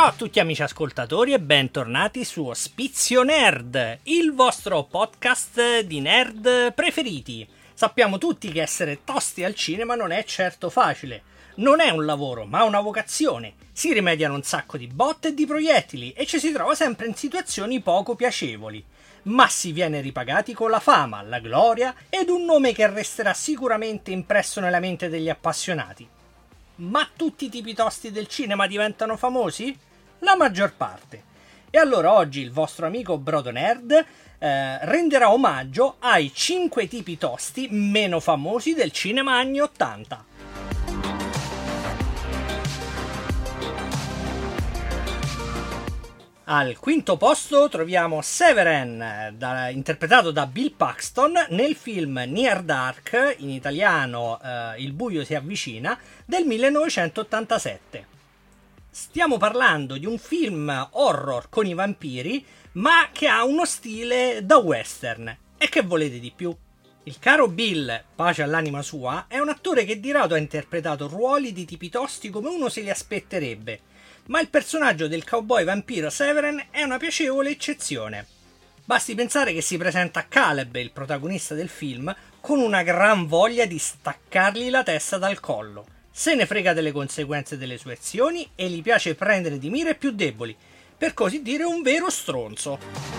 Ciao a tutti amici ascoltatori e bentornati su Ospizio Nerd, il vostro podcast di nerd preferiti. Sappiamo tutti che essere tosti al cinema non è certo facile. Non è un lavoro, ma una vocazione. Si rimediano un sacco di botte e di proiettili e ci si trova sempre in situazioni poco piacevoli. Ma si viene ripagati con la fama, la gloria ed un nome che resterà sicuramente impresso nella mente degli appassionati. Ma tutti i tipi tosti del cinema diventano famosi? La maggior parte. E allora oggi il vostro amico Brodo Nerd renderà omaggio ai 5 tipi tosti meno famosi del cinema anni 80. Al quinto posto troviamo Severin, interpretato da Bill Paxton nel film Near Dark, in italiano Il buio si avvicina, del 1987. Stiamo parlando di un film horror con i vampiri, ma che ha uno stile da western. E che volete di più? Il caro Bill, pace all'anima sua, è un attore che di rado ha interpretato ruoli di tipi tosti come uno se li aspetterebbe, ma il personaggio del cowboy vampiro Severin è una piacevole eccezione. Basti pensare che si presenta Caleb, il protagonista del film, con una gran voglia di staccargli la testa dal collo. Se ne frega delle conseguenze delle sue azioni e gli piace prendere di mira i più deboli, per così dire un vero stronzo.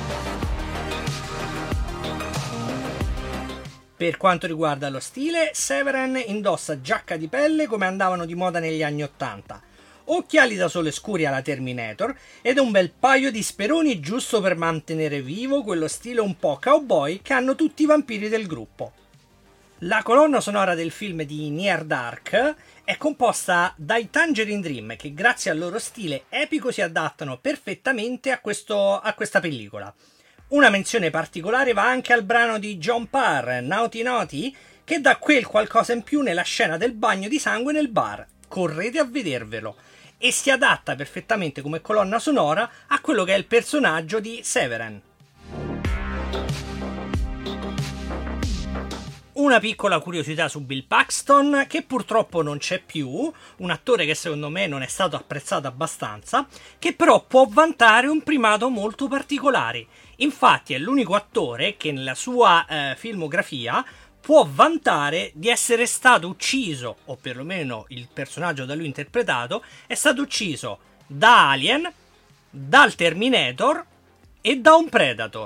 Per quanto riguarda lo stile, Severin indossa giacca di pelle come andavano di moda negli anni 80, occhiali da sole scuri alla Terminator ed un bel paio di speroni giusto per mantenere vivo quello stile un po' cowboy che hanno tutti i vampiri del gruppo. La colonna sonora del film di Near Dark è composta dai Tangerine Dream che grazie al loro stile epico si adattano perfettamente a questa pellicola. Una menzione particolare va anche al brano di John Parr, Naughty Naughty, che dà quel qualcosa in più nella scena del bagno di sangue nel bar. Correte a vedervelo. E si adatta perfettamente come colonna sonora a quello che è il personaggio di Severin. Una piccola curiosità su Bill Paxton, che purtroppo non c'è più, un attore che secondo me non è stato apprezzato abbastanza, che però può vantare un primato molto particolare. Infatti è l'unico attore che nella sua filmografia può vantare di essere stato ucciso, o perlomeno il personaggio da lui interpretato, è stato ucciso da Alien, dal Terminator e da un Predator.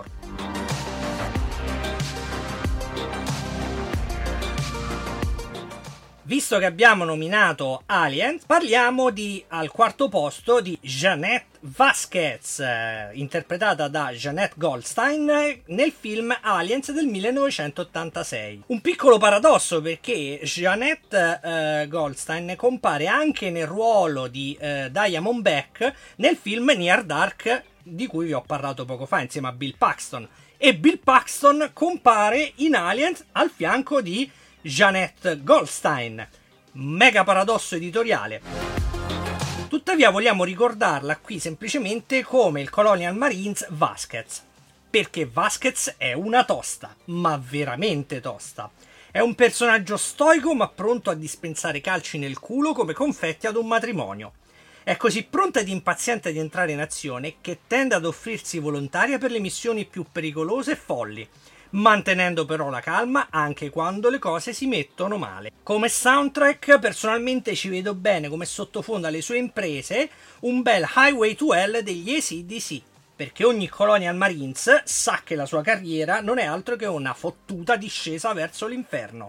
Visto che abbiamo nominato Alien, parliamo al quarto posto di Jeanette Vasquez, interpretata da Jeanette Goldstein nel film Aliens del 1986. Un piccolo paradosso perché Jeanette Goldstein compare anche nel ruolo di Diamond Beck nel film Near Dark di cui vi ho parlato poco fa insieme a Bill Paxton. E Bill Paxton compare in Aliens al fianco di Jeanette Goldstein. Mega paradosso editoriale. Tuttavia vogliamo ricordarla qui semplicemente come il Colonial Marines Vasquez, perché Vasquez è una tosta, ma veramente tosta. È un personaggio stoico ma pronto a dispensare calci nel culo come confetti ad un matrimonio. È così pronta ed impaziente di entrare in azione che tende ad offrirsi volontaria per le missioni più pericolose e folli, mantenendo però la calma anche quando le cose si mettono male. Come soundtrack personalmente ci vedo bene come sottofondo alle sue imprese un bel Highway to Hell degli AC/DC, perché ogni Colonial Marines sa che la sua carriera non è altro che una fottuta discesa verso l'inferno.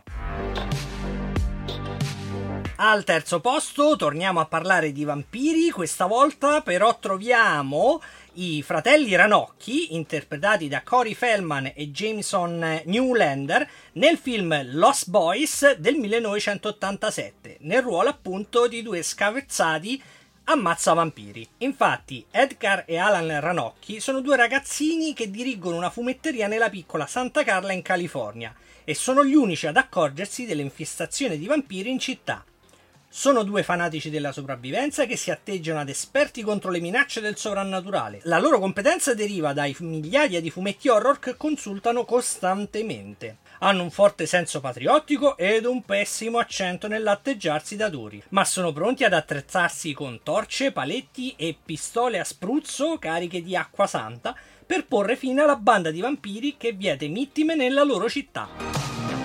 Al terzo posto torniamo a parlare di vampiri, questa volta però troviamo i fratelli Ranocchi, interpretati da Corey Feldman e Jameson Newlander, nel film Lost Boys del 1987, nel ruolo appunto di due scavezzati ammazzavampiri. Infatti Edgar e Alan Ranocchi sono due ragazzini che dirigono una fumetteria nella piccola Santa Carla in California e sono gli unici ad accorgersi dell'infestazione di vampiri in città. Sono due fanatici della sopravvivenza che si atteggiano ad esperti contro le minacce del sovrannaturale. La loro competenza deriva dai migliaia di fumetti horror che consultano costantemente. Hanno un forte senso patriottico ed un pessimo accento nell'atteggiarsi da duri, ma sono pronti ad attrezzarsi con torce, paletti e pistole a spruzzo cariche di acqua santa per porre fine alla banda di vampiri che viete vittime nella loro città.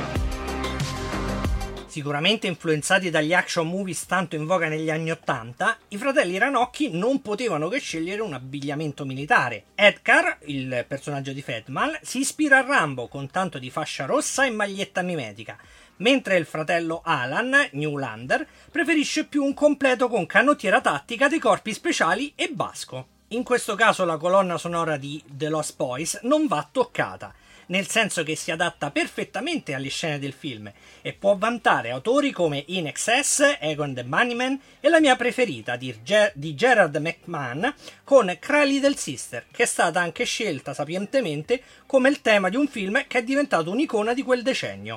Sicuramente influenzati dagli action movies tanto in voga negli anni '80, i fratelli Ranocchi non potevano che scegliere un abbigliamento militare. Edgar, il personaggio di Feldman, si ispira a Rambo con tanto di fascia rossa e maglietta mimetica, mentre il fratello Alan, Newlander, preferisce più un completo con canottiera tattica dei corpi speciali e basco. In questo caso la colonna sonora di The Lost Boys non va toccata, nel senso che si adatta perfettamente alle scene del film e può vantare autori come In Excess, Egon the Bunnyman e la mia preferita di Gerard McMahon con Cry Little Sister, che è stata anche scelta sapientemente come il tema di un film che è diventato un'icona di quel decennio.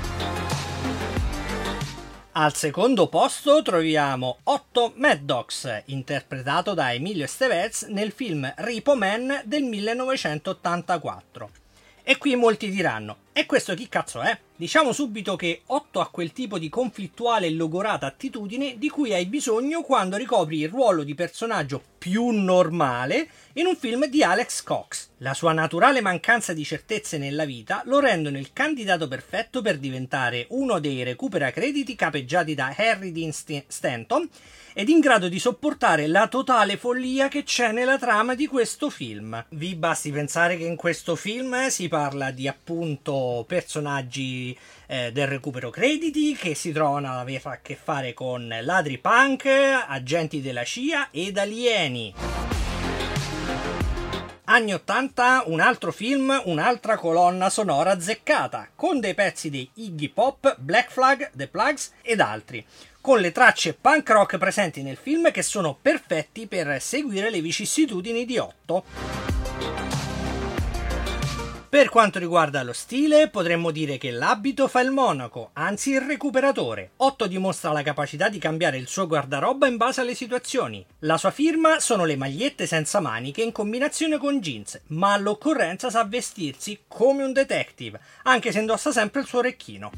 Al secondo posto troviamo Otto Mad Dogs, interpretato da Emilio Estevez nel film Repo Man del 1984. E qui molti diranno, e questo chi cazzo è? Diciamo subito che Otto ha quel tipo di conflittuale e logorata attitudine di cui hai bisogno quando ricopri il ruolo di personaggio più normale in un film di Alex Cox. La sua naturale mancanza di certezze nella vita lo rendono il candidato perfetto per diventare uno dei recuperacrediti capeggiati da Harry Dean Stanton ed in grado di sopportare la totale follia che c'è nella trama di questo film. Vi basti pensare che in questo film si parla di appunto personaggi del recupero crediti che si trovano ad avere a che fare con ladri punk, agenti della CIA ed alieni. Anni 80, un altro film, un'altra colonna sonora azzeccata, con dei pezzi di Iggy Pop, Black Flag, The Plugs ed altri, con le tracce punk rock presenti nel film che sono perfetti per seguire le vicissitudini di Otto. Per quanto riguarda lo stile, potremmo dire che l'abito fa il monaco, anzi il recuperatore. Otto dimostra la capacità di cambiare il suo guardaroba in base alle situazioni. La sua firma sono le magliette senza maniche in combinazione con jeans, ma all'occorrenza sa vestirsi come un detective, anche se indossa sempre il suo orecchino.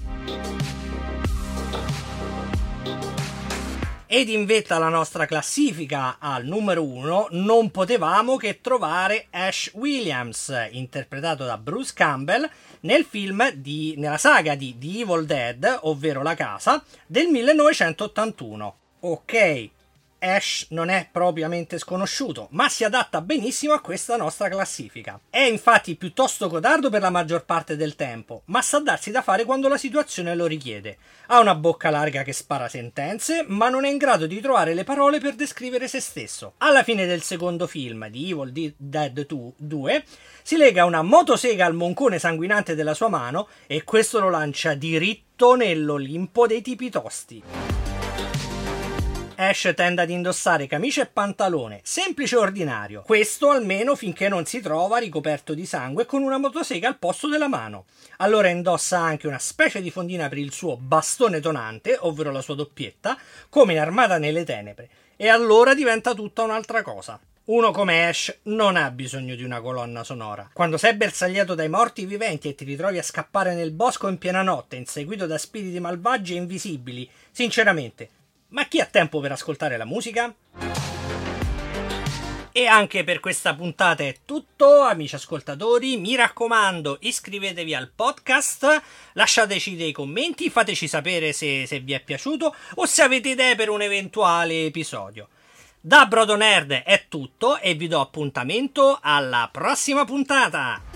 Ed in vetta alla nostra classifica al numero 1 non potevamo che trovare Ash Williams, interpretato da Bruce Campbell nella saga di The Evil Dead, ovvero La Casa, del 1981. Ok, Ash non è propriamente sconosciuto, ma si adatta benissimo a questa nostra classifica. È infatti piuttosto codardo per la maggior parte del tempo, ma sa darsi da fare quando la situazione lo richiede. Ha una bocca larga che spara sentenze, ma non è in grado di trovare le parole per descrivere se stesso. Alla fine del secondo film, di Evil Dead 2, si lega una motosega al moncone sanguinante della sua mano e questo lo lancia diritto nell'Olimpo dei tipi tosti. Ash tende ad indossare camicia e pantalone, semplice e ordinario, questo almeno finché non si trova ricoperto di sangue con una motosega al posto della mano. Allora indossa anche una specie di fondina per il suo bastone tonante, ovvero la sua doppietta, come in Armata nelle Tenebre, e allora diventa tutta un'altra cosa. Uno come Ash non ha bisogno di una colonna sonora. Quando sei bersagliato dai morti viventi e ti ritrovi a scappare nel bosco in piena notte, inseguito da spiriti malvagi e invisibili, sinceramente, ma chi ha tempo per ascoltare la musica? E anche per questa puntata è tutto, amici ascoltatori. Mi raccomando, iscrivetevi al podcast, lasciateci dei commenti, fateci sapere se vi è piaciuto o se avete idee per un eventuale episodio. Da Brodo Nerd è tutto e vi do appuntamento alla prossima puntata!